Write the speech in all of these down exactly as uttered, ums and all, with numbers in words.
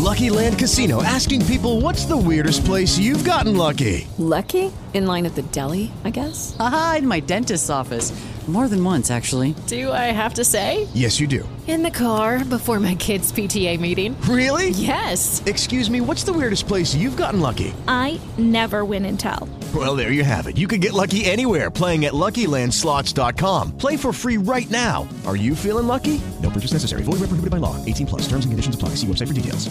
Lucky Land Casino, asking people, what's the weirdest place you've gotten lucky? Lucky? In line at the deli, I guess? Aha, in my dentist's office. More than once, actually. Do I have to say? Yes, you do. In the car before my kids' P T A meeting. Really? Yes. Excuse me, what's the weirdest place you've gotten lucky? I never win and tell. Well, there you have it. You can get lucky anywhere, playing at Lucky Land Slots dot com. Play for free right now. Are you feeling lucky? No purchase necessary. Void where prohibited by law. eighteen plus. Terms and conditions apply. See website for details.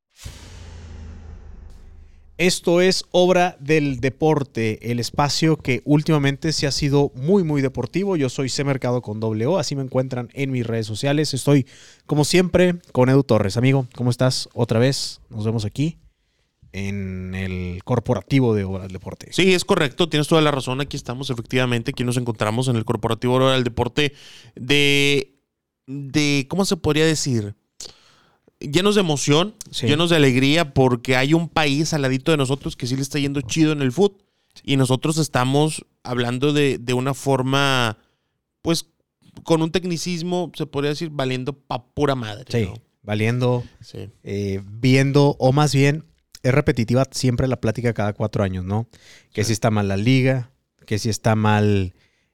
Esto es Hora del Deporte, el espacio que últimamente se ha sido muy, muy deportivo. Yo soy C Mercado con doble O, así me encuentran en mis redes sociales. Estoy, como siempre, con Edu Torres. Amigo, ¿cómo estás? Otra vez nos vemos aquí en el corporativo de Hora del Deporte. Sí, es correcto, tienes toda la razón. Aquí estamos, efectivamente, aquí nos encontramos en el corporativo Hora del Deporte de, de ¿cómo se podría decir? Llenos de emoción, sí. Llenos de alegría, porque hay un país al ladito de nosotros que sí le está yendo chido en el fútbol. Y nosotros estamos hablando de, de una forma, pues, con un tecnicismo, se podría decir, valiendo pa' pura madre. Sí, ¿no? valiendo, sí. Eh, viendo, o más bien, es repetitiva siempre la plática cada cuatro años, ¿no? Que sí. Si está mal la liga, que si está mal...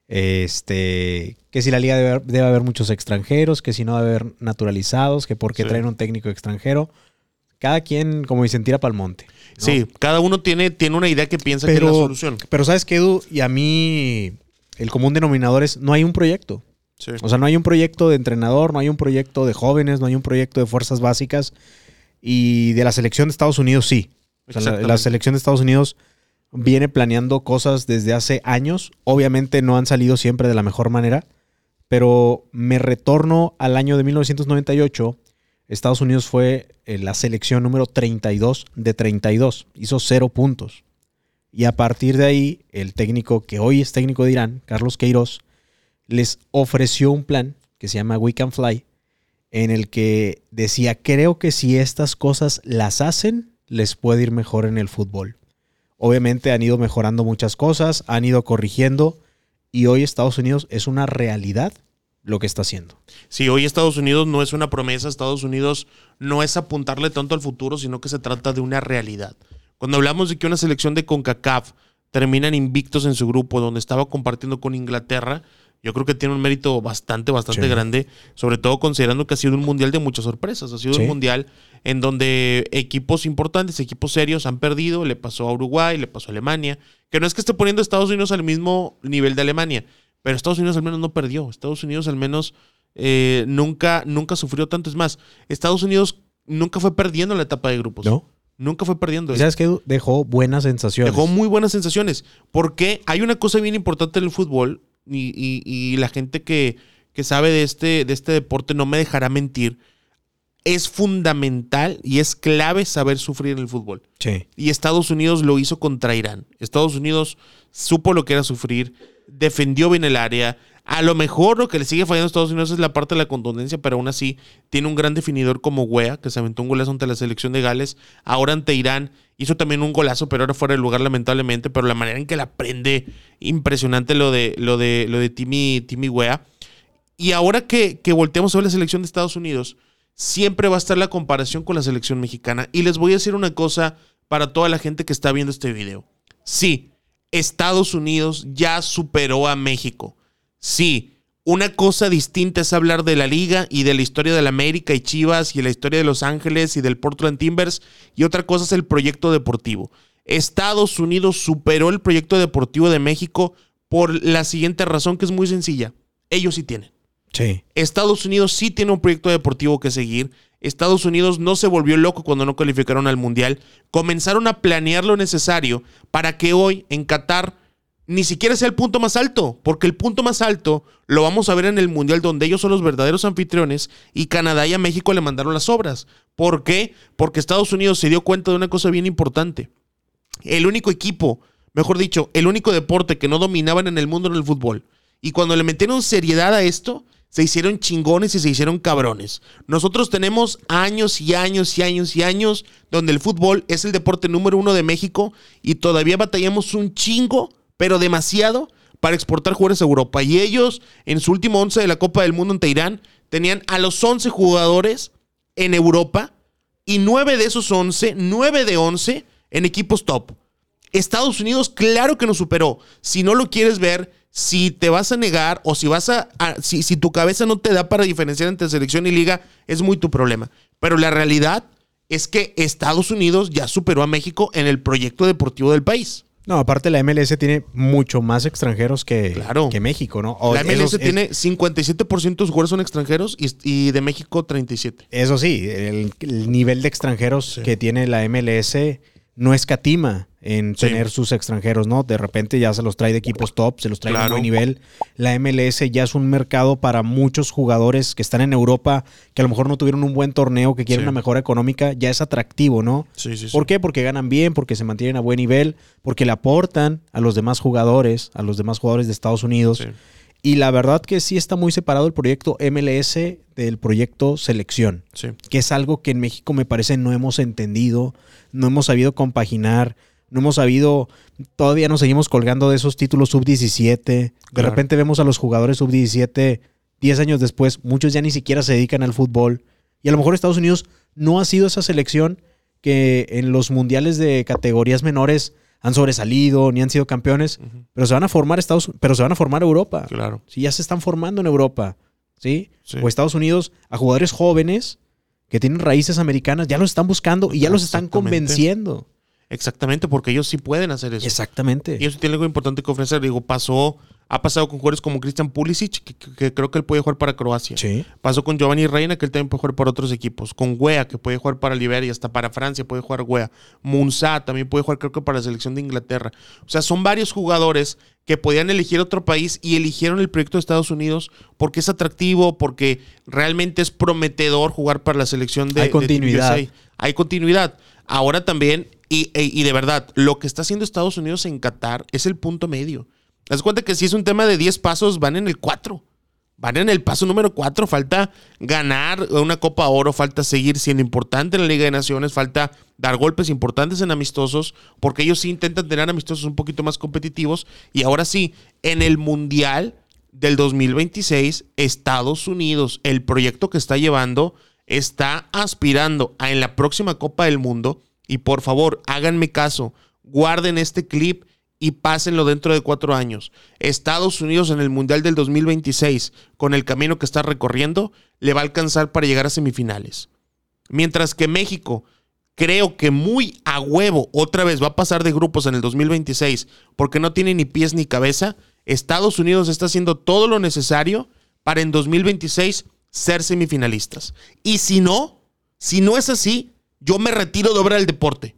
Este, que si la liga debe, debe haber muchos extranjeros, que si no debe haber naturalizados, que por qué sí. traen un técnico extranjero. Cada quien, como dicen, tira pa'l monte, ¿no? Sí, cada uno tiene, tiene una idea que piensa pero, que es la solución. Pero ¿sabes qué, Edu? Y a mí el común denominador es no hay un proyecto. Sí. O sea, no hay un proyecto de entrenador, no hay un proyecto de jóvenes, no hay un proyecto de fuerzas básicas. Y de la selección de Estados Unidos, sí. O sea, la, la selección de Estados Unidos viene planeando cosas desde hace años. Obviamente no han salido siempre de la mejor manera, pero me retorno al año de mil novecientos noventa y ocho. Estados Unidos fue la selección número treinta y dos de treinta y dos. Hizo cero puntos. Y a partir de ahí, el técnico que hoy es técnico de Irán, Carlos Queiroz, les ofreció un plan que se llama We Can Fly, en el que decía, creo que si estas cosas las hacen, les puede ir mejor en el fútbol. Obviamente han ido mejorando muchas cosas, han ido corrigiendo y hoy Estados Unidos es una realidad lo que está haciendo. Sí, hoy Estados Unidos no es una promesa, Estados Unidos no es apuntarle tanto al futuro, sino que se trata de una realidad. Cuando hablamos de que una selección de CONCACAF terminan invictos en su grupo, donde estaba compartiendo con Inglaterra, yo creo que tiene un mérito bastante, bastante sí. grande, sobre todo considerando que ha sido un mundial de muchas sorpresas. Ha sido sí. un mundial en donde equipos importantes, equipos serios han perdido. Le pasó a Uruguay, le pasó a Alemania. Que no es que esté poniendo a Estados Unidos al mismo nivel de Alemania, pero Estados Unidos al menos no perdió. Estados Unidos al menos eh, nunca, nunca sufrió tanto. Es más, Estados Unidos nunca fue perdiendo en la etapa de grupos. ¿No? Nunca fue perdiendo. ¿Sabes qué? Dejó buenas sensaciones. Dejó muy buenas sensaciones. Porque hay una cosa bien importante en el fútbol. Y, y, y la gente que, que sabe de este, de este deporte no me dejará mentir. Es fundamental y es clave saber sufrir en el fútbol. Sí. Y Estados Unidos lo hizo contra Irán. Estados Unidos supo lo que era sufrir, defendió bien el área. A lo mejor lo que le sigue fallando a Estados Unidos es la parte de la contundencia, pero aún así tiene un gran definidor como Weah, que se aventó un golazo ante la selección de Gales. Ahora ante Irán hizo también un golazo, pero ahora fuera de lugar lamentablemente. Pero la manera en que la prende, impresionante lo de, lo de, lo de Timmy, Timmy Weah. Y ahora que, que volteamos a ver la selección de Estados Unidos, siempre va a estar la comparación con la selección mexicana. Y les voy a decir una cosa para toda la gente que está viendo este video. Sí, Estados Unidos ya superó a México. Sí, una cosa distinta es hablar de la liga y de la historia de la América y Chivas y la historia de Los Ángeles y del Portland Timbers, y otra cosa es el proyecto deportivo. Estados Unidos superó el proyecto deportivo de México por la siguiente razón, que es muy sencilla. Ellos sí tienen. Sí. Estados Unidos sí tiene un proyecto deportivo que seguir. Estados Unidos no se volvió loco cuando no calificaron al Mundial. Comenzaron a planear lo necesario para que hoy en Qatar ni siquiera sea el punto más alto, porque el punto más alto lo vamos a ver en el Mundial, donde ellos son los verdaderos anfitriones y Canadá y a México le mandaron las obras. ¿Por qué? Porque Estados Unidos se dio cuenta de una cosa bien importante. El único equipo, mejor dicho, el único deporte que no dominaban en el mundo era el fútbol. Y cuando le metieron seriedad a esto, se hicieron chingones y se hicieron cabrones. Nosotros tenemos años y años y años y años donde el fútbol es el deporte número uno de México y todavía batallamos un chingo, pero demasiado, para exportar jugadores a Europa. Y ellos, en su último once de la Copa del Mundo ante Irán, tenían a los once jugadores en Europa Y nueve de esos once, nueve de once en equipos top. Estados Unidos, claro que nos superó. Si no lo quieres ver, si te vas a negar o si vas a, a si, si tu cabeza no te da para diferenciar entre selección y liga, es muy tu problema. Pero la realidad es que Estados Unidos ya superó a México en el proyecto deportivo del país. No, aparte la M L S tiene mucho más extranjeros que, claro. que México, ¿no? O la M L S esos, tiene es, cincuenta y siete por ciento de sus jugadores son extranjeros y, y de México treinta y siete por ciento. Eso sí, el, el nivel de extranjeros sí. que tiene la M L S no escatima en sí. tener sus extranjeros, ¿no? De repente ya se los trae de equipos top, se los trae claro. de buen nivel. La M L S ya es un mercado para muchos jugadores que están en Europa, que a lo mejor no tuvieron un buen torneo, que quieren sí. una mejora económica, ya es atractivo, ¿no? Sí, sí, sí. ¿Por qué? Porque ganan bien, porque se mantienen a buen nivel, porque le aportan a los demás jugadores, a los demás jugadores de Estados Unidos. Sí. Y la verdad que sí está muy separado el proyecto M L S del proyecto selección, sí. que es algo que en México me parece no hemos entendido, no hemos sabido compaginar, no hemos sabido, todavía nos seguimos colgando de esos títulos sub diecisiete. De claro. repente vemos a los jugadores sub diecisiete diez años después, muchos ya ni siquiera se dedican al fútbol. Y a lo mejor Estados Unidos no ha sido esa selección que en los mundiales de categorías menores han sobresalido, ni han sido campeones, uh-huh. pero se van a formar Estados, pero se van a formar Europa. Claro. Sí, ya se están formando en Europa, ¿sí? sí. O Estados Unidos a jugadores jóvenes que tienen raíces americanas, ya los están buscando y ya los están convenciendo. Exactamente, porque ellos sí pueden hacer eso. Exactamente. Y eso tiene algo importante que ofrecer. Digo, pasó, ha pasado con jugadores como Christian Pulisic, que, que, que creo que él puede jugar para Croacia. Sí. Pasó con Giovanni Reina, que él también puede jugar para otros equipos. Con Wea, que puede jugar para Liberia, hasta para Francia puede jugar Wea. Munza también puede jugar, creo que para la selección de Inglaterra. O sea, son varios jugadores que podían elegir otro país y eligieron el proyecto de Estados Unidos porque es atractivo, porque realmente es prometedor jugar para la selección de... Hay continuidad. De Hay continuidad. Ahora también... Y, y de verdad, lo que está haciendo Estados Unidos en Qatar es el punto medio. ¿Te das cuenta que si es un tema de diez pasos, van en el cuatro? Van en el paso número cuatro. Falta ganar una Copa Oro, falta seguir siendo importante en la Liga de Naciones, falta dar golpes importantes en amistosos, porque ellos sí intentan tener amistosos un poquito más competitivos. Y ahora sí, en el Mundial del dos mil veintiséis, Estados Unidos, el proyecto que está llevando, está aspirando a en la próxima Copa del Mundo. Y por favor, háganme caso, guarden este clip y pásenlo dentro de cuatro años. Estados Unidos en el Mundial del dos mil veintiséis, con el camino que está recorriendo, le va a alcanzar para llegar a semifinales. Mientras que México, creo que muy a huevo, otra vez va a pasar de grupos en el dos mil veintiséis, porque no tiene ni pies ni cabeza. Estados Unidos está haciendo todo lo necesario para en dos mil veintiséis ser semifinalistas. Y si no, si no es así, yo me retiro de obra del deporte.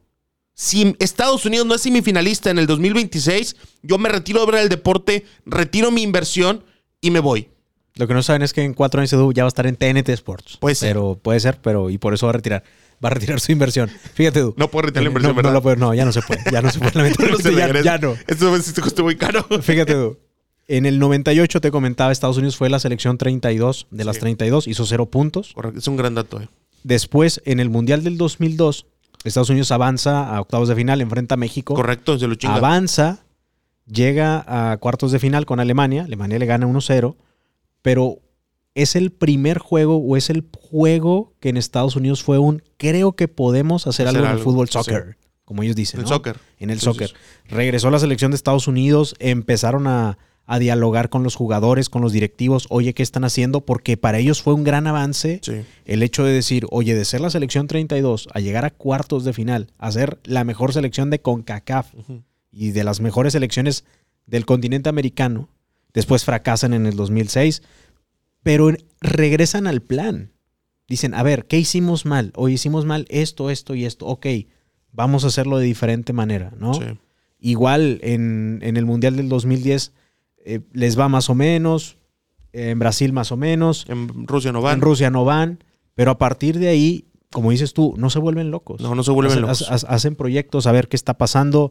Si Estados Unidos no es semifinalista en el dos mil veintiséis, yo me retiro de obra del deporte, retiro mi inversión y me voy. Lo que no saben es que en cuatro años Edu ya va a estar en T N T Sports. Puede ser. Pero, puede ser, pero y por eso va a retirar. Va a retirar su inversión. Fíjate, Edu. No puedo retirar la inversión, no, ¿verdad? No, puede, no, ya no se puede. Ya no se puede. Lamentablemente, no ya, ya no. Esto se costó muy caro. Fíjate, Edu. En el noventa y ocho te comentaba, Estados Unidos fue la selección treinta y dos. De las sí. treinta y dos, hizo cero puntos. Correcto. Es un gran dato, eh. Después, en el Mundial del dos mil dos, Estados Unidos avanza a octavos de final, enfrenta a México. Correcto, se lo chinga. Avanza, llega a cuartos de final con Alemania. Alemania le gana uno cero, pero es el primer juego o es el juego que en Estados Unidos fue un creo que podemos hacer, hacer algo en el fútbol soccer, sí. como ellos dicen. El ¿no? soccer. En el sí, soccer. Sí, sí. Regresó la selección de Estados Unidos, empezaron a, a dialogar con los jugadores, con los directivos. Oye, ¿qué están haciendo? Porque para ellos fue un gran avance sí. el hecho de decir, oye, de ser la selección treinta y dos a llegar a cuartos de final, a ser la mejor selección de CONCACAF uh-huh. y de las mejores selecciones del continente americano. Después fracasan en el dos mil seis, pero regresan al plan. Dicen, a ver, ¿qué hicimos mal? Hoy hicimos mal esto, esto y esto. Ok, vamos a hacerlo de diferente manera, ¿no? Sí. Igual en, en el Mundial del dos mil diez eh, les va más o menos, eh, en Brasil más o menos. En Rusia no van. En Rusia no van, pero a partir de ahí, como dices tú, no se vuelven locos. No, no se vuelven hacen, locos. Hacen, hacen proyectos, a ver qué está pasando.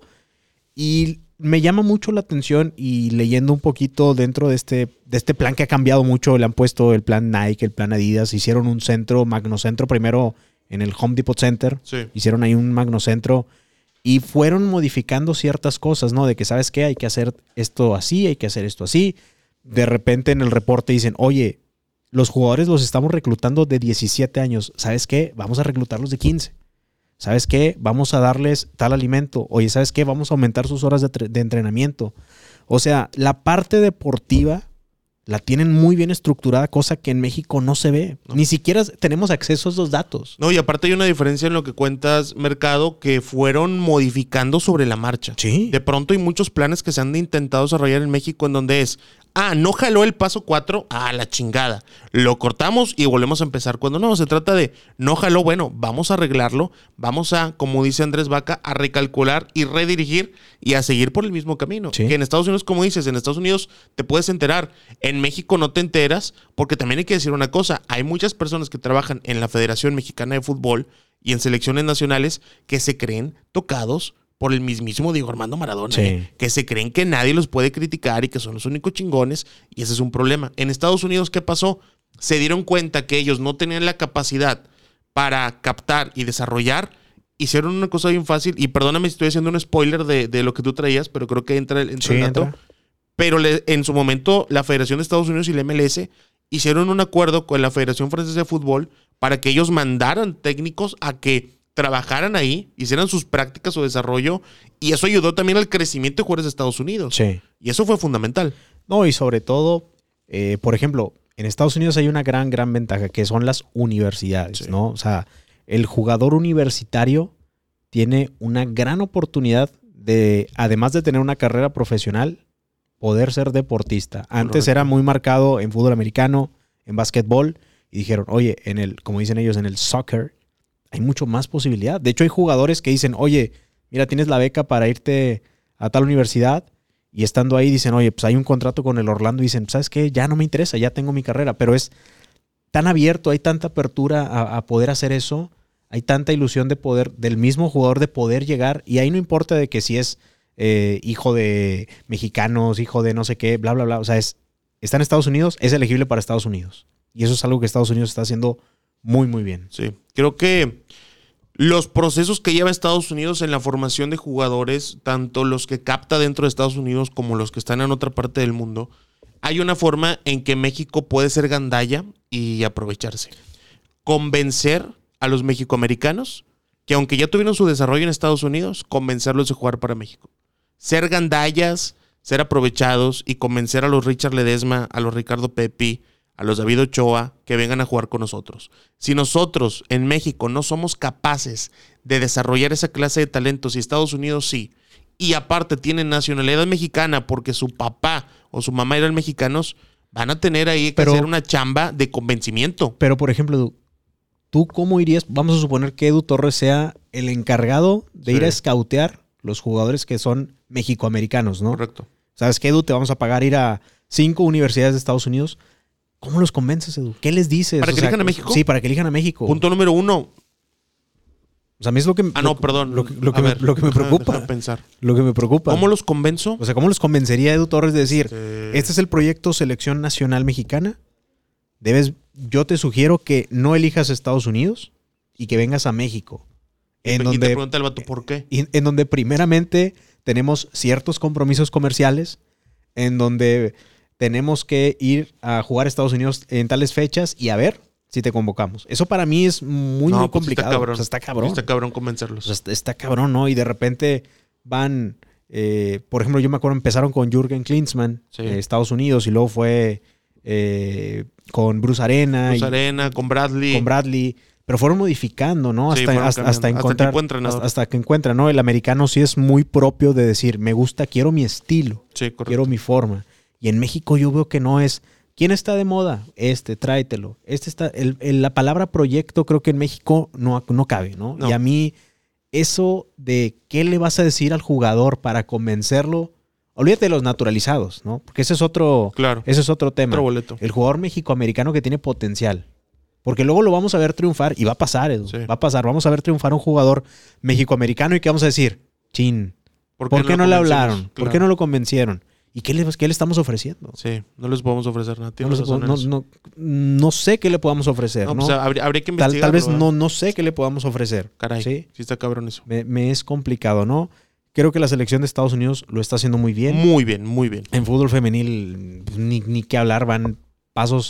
Y me llama mucho la atención, y leyendo un poquito dentro de este, de este plan que ha cambiado mucho, le han puesto el plan Nike, el plan Adidas, hicieron un centro, magnocentro, primero en el Home Depot Center, sí. hicieron ahí un magnocentro y fueron modificando ciertas cosas, ¿no? De que, ¿sabes qué? Hay que hacer esto así, hay que hacer esto así. De repente en el reporte dicen, oye, los jugadores los estamos reclutando de diecisiete años. ¿Sabes qué? Vamos a reclutarlos de quince. ¿Sabes qué? Vamos a darles tal alimento. Oye, ¿sabes qué? Vamos a aumentar sus horas de, tre- de entrenamiento. O sea, la parte deportiva la tienen muy bien estructurada, cosa que en México no se ve. No. Ni siquiera tenemos acceso a esos datos. No, y aparte hay una diferencia en lo que cuentas, Mercado, que fueron modificando sobre la marcha. Sí. De pronto hay muchos planes que se han intentado desarrollar en México en donde es, ah, no jaló el paso cuatro, ah, la chingada. Lo cortamos y volvemos a empezar. Cuando no, se trata de, no jaló, bueno, vamos a arreglarlo, vamos a, como dice Andrés Vaca, a recalcular y redirigir y a seguir por el mismo camino. Sí. Que en Estados Unidos, como dices, en Estados Unidos te puedes enterar. En México no te enteras, porque también hay que decir una cosa, hay muchas personas que trabajan en la Federación Mexicana de Fútbol y en selecciones nacionales que se creen tocados por el mismísimo Diego Armando Maradona, sí. eh, que se creen que nadie los puede criticar y que son los únicos chingones, y ese es un problema. En Estados Unidos, ¿qué pasó? Se dieron cuenta que ellos no tenían la capacidad para captar y desarrollar, hicieron una cosa bien fácil, y perdóname si estoy haciendo un spoiler de, de lo que tú traías, pero creo que entra, entra Sí, el dato. entra. Pero le, en su momento la Federación de Estados Unidos y la M L S hicieron un acuerdo con la Federación Francesa de Fútbol para que ellos mandaran técnicos a que trabajaran ahí, hicieran sus prácticas o desarrollo, y eso ayudó también al crecimiento de jugadores de Estados Unidos. Sí. Y eso fue fundamental. No, y sobre todo, eh, por ejemplo, en Estados Unidos hay una gran, gran ventaja, que son las universidades, Sí. ¿no? O sea, el jugador universitario tiene una gran oportunidad de, además de tener una carrera profesional, poder ser deportista. Antes Correcto. era muy marcado en fútbol americano, en básquetbol, y dijeron, oye, en el, como dicen ellos, en el soccer, hay mucho más posibilidad. De hecho, hay jugadores que dicen, oye, mira, tienes la beca para irte a tal universidad, y estando ahí dicen, oye, pues hay un contrato con el Orlando, y dicen, ¿sabes qué? Ya no me interesa, ya tengo mi carrera. Pero es tan abierto, hay tanta apertura a, a poder hacer eso, hay tanta ilusión de poder, del mismo jugador de poder llegar, y ahí no importa de que si es eh, hijo de mexicanos, hijo de no sé qué, bla, bla, bla. O sea, es, está en Estados Unidos, es elegible para Estados Unidos. Y eso es algo que Estados Unidos está haciendo muy, muy bien. Sí, creo que los procesos que lleva Estados Unidos en la formación de jugadores, tanto los que capta dentro de Estados Unidos como los que están en otra parte del mundo, hay una forma en que México puede ser gandalla y aprovecharse. Convencer a los mexicoamericanos que aunque ya tuvieron su desarrollo en Estados Unidos, convencerlos de jugar para México. Ser gandallas, ser aprovechados y convencer a los Richard Ledesma, a los Ricardo Pepi, a los David Ochoa, que vengan a jugar con nosotros. Si nosotros en México no somos capaces de desarrollar esa clase de talentos y Estados Unidos sí, y aparte tienen nacionalidad mexicana porque su papá o su mamá eran mexicanos, van a tener ahí que Pero, hacer una chamba de convencimiento. Pero, por ejemplo, ¿tú cómo irías? Vamos a suponer que Edu Torres sea el encargado de Sí. ir a escautear los jugadores que son mexicoamericanos, ¿no? Correcto. ¿Sabes qué, Edu? Te vamos a pagar ir a cinco universidades de Estados Unidos. ¿Cómo los convences, Edu? ¿Qué les dices? ¿Para O que sea, elijan a México? Sí, para que elijan a México. Punto número uno. O sea, a mí es lo que, Ah, lo- no, perdón. Lo, que- lo A que me, ver, lo que me déjame- preocupa. déjame pensar. Lo que me preocupa. ¿Cómo los convenzo? O sea, ¿cómo los convencería Edu Torres de decir, Sí. este es el proyecto Selección Nacional Mexicana? Debes, yo te sugiero que no elijas Estados Unidos y que vengas a México. En y te donde, pregunta el vato por qué. en, en donde primeramente tenemos ciertos compromisos comerciales, en donde tenemos que ir a jugar a Estados Unidos en tales fechas y a ver si te convocamos. Eso para mí es muy, No, muy pues complicado. Está cabrón. O sea, está cabrón. Está cabrón convencerlos. O sea, está, está cabrón, ¿no? Y de repente van, eh, por ejemplo, yo me acuerdo, empezaron con Jürgen Klinsmann, Sí. eh, Estados Unidos, y luego fue eh, con Bruce Arena, Cruz y Arena, con Bradley. con Bradley, pero fueron modificando, ¿no? Sí, Hasta, fueron hasta, cambiando. hasta Hasta el encontrar, tipo de entrenador. hasta, hasta que encuentran, ¿no? El americano sí es muy propio de decir, me gusta, quiero mi estilo, Sí, correcto. quiero mi forma. Y en México yo veo que no es, ¿quién está de moda? Este, tráetelo. Este está, el, el- la palabra proyecto creo que en México no, no cabe, ¿no? No. Y a mí eso de qué le vas a decir al jugador para convencerlo, olvídate de los naturalizados, ¿no? Porque ese es otro, Claro. ese es otro tema. Otro boleto. El jugador mexicoamericano que tiene potencial. Porque luego lo vamos a ver triunfar y va a pasar, Edu. Sí. Va a pasar. Vamos a ver triunfar a un jugador mexicoamericano y ¿qué vamos a decir? Chin. ¿Por qué, no, lo le convencimos? hablaron? ¿Por Claro. qué no lo convencieron? ¿Y qué le, qué le estamos ofreciendo? Sí, no les podemos ofrecer nada. No, Tienes les razón puedo- en no, eso. no- no sé qué le podamos ofrecer. No, ¿no? pues habría, habría que tal, investigar. tal vez no, no sé qué le podamos ofrecer. Caray, ¿sí? sí está cabrón eso. Me, me es complicado, ¿no? Creo que la selección de Estados Unidos lo está haciendo muy bien. Muy bien, muy bien. En fútbol femenil, pues, ni, ni qué hablar, van pasos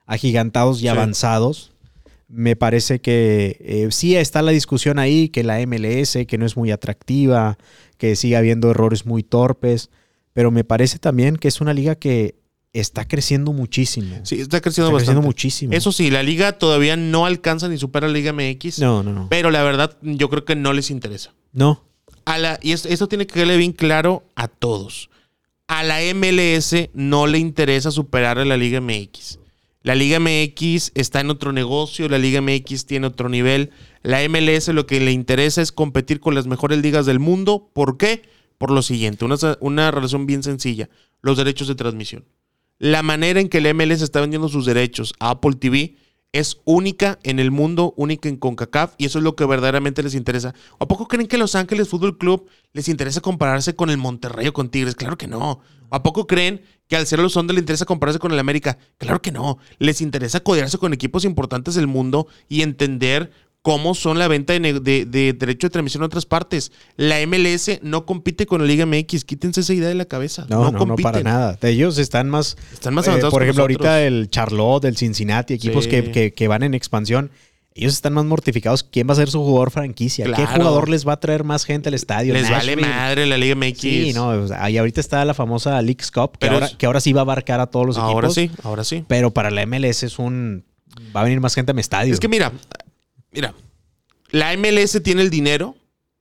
agigantados y Sí. avanzados. Me parece que eh, sí está la discusión ahí, que la M L S, que no es muy atractiva, que sigue habiendo errores muy torpes, pero me parece también que es una liga que está creciendo muchísimo. Sí, está creciendo está bastante. creciendo muchísimo. Eso sí, la liga todavía no alcanza ni supera la Liga M X. No, no, no. Pero la verdad, yo creo que no les interesa. No. A la, y esto, esto tiene que quedarle bien claro a todos. A la M L S no le interesa superar a la Liga M X. La Liga M X está en otro negocio, la Liga M X tiene otro nivel. La M L S lo que le interesa es competir con las mejores ligas del mundo. ¿Por qué? Por lo siguiente, una, una relación bien sencilla. Los derechos de transmisión. La manera en que la M L S está vendiendo sus derechos a Apple T V es única en el mundo, única en CONCACAF, y eso es lo que verdaderamente les interesa. ¿A poco creen que Los Ángeles Fútbol Club les interesa compararse con el Monterrey o con Tigres? Claro que no. ¿A poco creen que al ser los Ondas les interesa compararse con el América? Claro que no. Les interesa codearse con equipos importantes del mundo y entender cómo son la venta de, de, de derecho de transmisión en otras partes. La M L S no compite con la Liga M X. Quítense esa idea de la cabeza. No, No, no, no, compiten. para nada. Ellos están más... Están más eh, avanzados por que ejemplo, nosotros. ahorita el Charlotte, el Cincinnati, equipos Sí. que, que, que van en expansión, ellos están más mortificados. ¿Quién va a ser su jugador franquicia? ¿Qué Claro. jugador les va a traer más gente al estadio? Les vale Nashville. madre la Liga M X. Sí, no, o sea, y ahorita está la famosa Leagues Cup, que, Pero ahora, es- que ahora sí va a abarcar a todos los Ahora equipos. sí, ahora sí. Pero para la M L S es un... Va a venir más gente a mi estadio. Es que mira, mira, la M L S tiene el dinero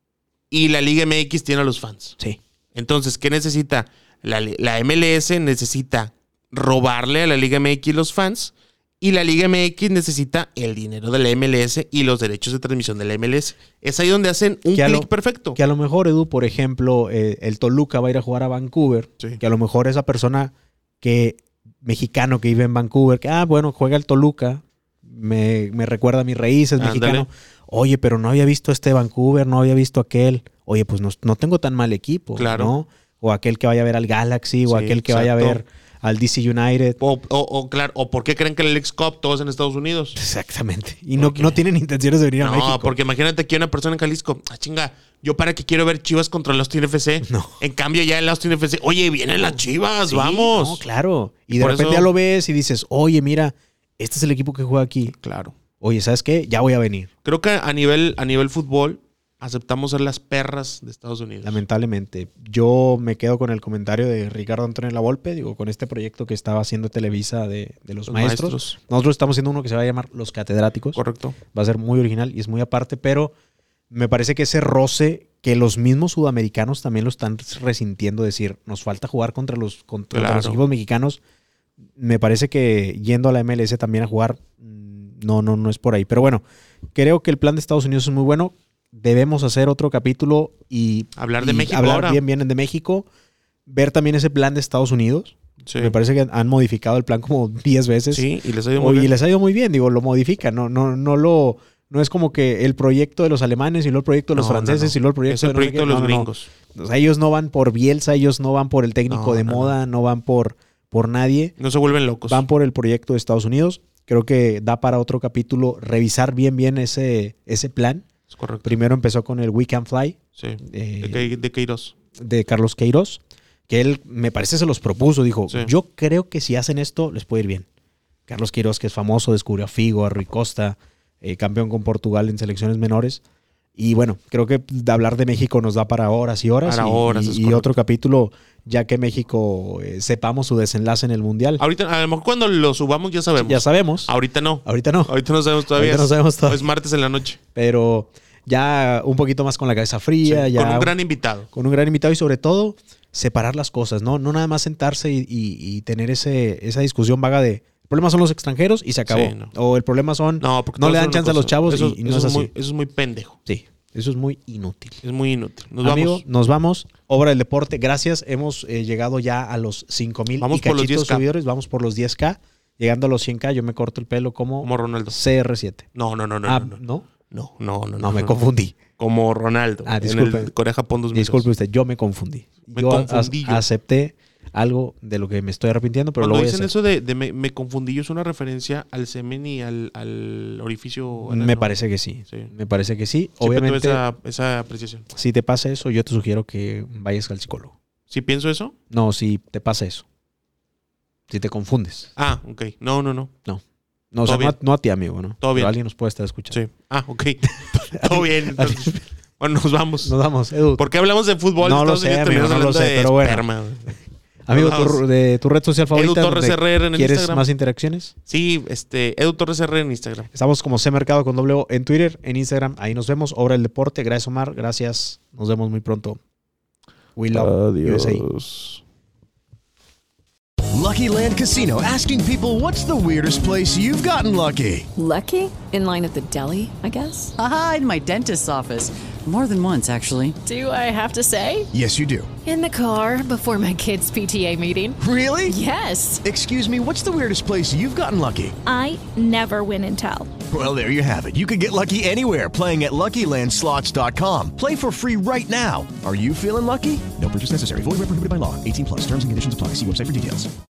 y la Liga M X tiene a los fans. Sí. Entonces, ¿qué necesita? La, la M L S necesita robarle a la Liga M X los fans y la Liga M X necesita el dinero de la M L S y los derechos de transmisión de la M L S. Es ahí donde hacen un Que a lo- clic perfecto. Que a lo mejor, Edu, por ejemplo, eh, el Toluca va a ir a jugar a Vancouver. Sí. Que a lo mejor esa persona que mexicano que vive en Vancouver, que, ah, bueno, juega el Toluca, me, me recuerda a mis raíces, Ándale. mexicano. Oye, pero no había visto este Vancouver, no había visto aquel. Oye, pues no, no tengo tan mal equipo, Claro. ¿no? O aquel que vaya a ver al Galaxy, o Sí, aquel que vaya a exacto. ver al D C United. O, o, o, claro, ¿o por qué creen que la Leagues Cup todo es en Estados Unidos? Exactamente. Y no, ¿Por qué? no tienen intenciones de venir a No, México. porque imagínate que una persona en Jalisco, ah, chinga, yo para qué quiero ver Chivas contra el Austin F C. No. En cambio, ya el Austin F C, oye, vienen las Chivas, Sí, vamos. No, claro. Y, Y de por repente eso- ya lo ves y dices, oye, mira, este es el equipo que juega aquí. Claro. Oye, ¿sabes qué? Ya voy a venir. Creo que a nivel, a nivel fútbol aceptamos ser las perras de Estados Unidos. Lamentablemente. Yo me quedo con el comentario de Ricardo Antonio Lavolpe, digo, con este proyecto que estaba haciendo Televisa de, de los, Los maestros. maestros. Nosotros estamos haciendo uno que se va a llamar Los Catedráticos. Correcto. Va a ser muy original y es muy aparte, pero me parece que ese roce que los mismos sudamericanos también lo están resintiendo, decir, nos falta jugar contra los, contra Claro. los equipos mexicanos. Me parece que yendo a la M L S también a jugar, no, no, no es por ahí. Pero bueno, creo que el plan de Estados Unidos es muy bueno. Debemos hacer otro capítulo y Hablar de y México hablar ahora. bien, bien de México. Ver también ese plan de Estados Unidos. Sí. Me parece que han modificado el plan como diez veces. Sí, y les ha ido muy Oye, y bien. les ha ido muy bien, digo, lo modifican, no, no, no lo, no es como que el proyecto de los alemanes y luego el proyecto de los No, no, franceses no. y luego el proyecto Es el de no sé proyecto qué. de los No, no, no. gringos. O sea, ellos no van por Bielsa, ellos no van por el técnico No, de no, moda, no. van por, por nadie, No se vuelven locos. van por el proyecto de Estados Unidos. Creo que da para otro capítulo revisar bien, bien ese, ese plan. Es correcto. Primero empezó con el We Can Fly Sí. eh, De, Ke- de Queiroz. de Carlos Queiroz, que él me parece se los propuso, dijo, Sí. yo creo que si hacen esto les puede ir bien. Carlos Queiroz, que es famoso, descubrió a Figo, a Rui Costa, eh, campeón con Portugal en selecciones menores. Y bueno, creo que de hablar de México nos da para horas y horas. Para y, horas, y- es y correcto. otro capítulo, ya que México eh, sepamos su desenlace en el Mundial. Ahorita, a lo mejor cuando lo subamos ya sabemos. Ya sabemos. Ahorita no. Ahorita no. Ahorita no sabemos todavía. Ahorita no sabemos todavía. Es martes en la noche. Pero ya un poquito más con la cabeza fría. Sí, ya con un gran invitado. con un gran invitado y sobre todo separar las cosas, ¿no? No nada más sentarse y, y- y tener ese, esa discusión vaga de el problema son los extranjeros y se acabó. Sí, no. O el problema son No, porque no te voy le a dan decir chance una a los cosa. chavos Eso, y, y no eso es es así. muy, eso es muy pendejo. Sí, eso es muy inútil. Es muy inútil. Nos Amigo, vamos. nos vamos. Obra del deporte. Gracias. Hemos eh, llegado ya a los cinco mil Vamos y por los cachitos diez K. seguidores. Vamos por los diez K. Llegando a los cien K, yo me corto el pelo como, Como Ronaldo. C R siete. No, no, no, no. ah, no, no. ¿no? No, no, no. No, me confundí. Como Ronaldo. Ah, En disculpe. el Corea-Japón dos mil dos. Disculpe usted, yo me confundí. Me yo confundí ac- yo. acepté algo de lo que me estoy arrepintiendo, pero Cuando lo voy a dicen hacer. eso de, de me, me confundí, es una referencia al semen y al, al orificio. Me anal, ¿no? parece que sí. Sí. Me parece que sí. Siempre tuve Obviamente, esa, esa apreciación. si te pasa eso, yo te sugiero que vayas al psicólogo. ¿Sí pienso eso? No, si te pasa eso. Si te confundes. Ah, ok. No, no, no. No. No, o sea, Todo no a, bien. no a ti, amigo, ¿no? Todo Pero bien. alguien nos puede estar escuchando. Sí. Ah, ok. Todo bien. Entonces, bueno, nos vamos. Nos vamos, Edu. ¿Por qué hablamos de fútbol? No de lo Estados sé, Unidos, amigo, terminamos no lo hablando sé, de pero bueno. esperma, güey. Amigo, Nos tu, vamos. de tu red social favorita. Edu Torres donde R R en el ¿Quieres Instagram. más interacciones? Sí, este, Edu Torres R en Instagram. Estamos como C Mercado con doble O en Twitter, en Instagram. Ahí nos vemos. Obra del Deporte. Gracias, Omar. Gracias. Nos vemos muy pronto. We love U S A. Lucky Land Casino, asking people, what's the weirdest place you've gotten lucky? Lucky? In line at the deli, I guess? Aha, in my dentist's office. More than once, actually. Do I have to say? Yes, you do. In the car before my kids' P T A meeting. Really? Yes. Excuse me, what's the weirdest place you've gotten lucky? I never win and tell. Well, there you have it. You can get lucky anywhere, playing at Lucky Land Slots dot com. Play for free right now. Are you feeling lucky? No purchase necessary. Void where prohibited by law. eighteen plus. Terms and conditions apply. See website for details.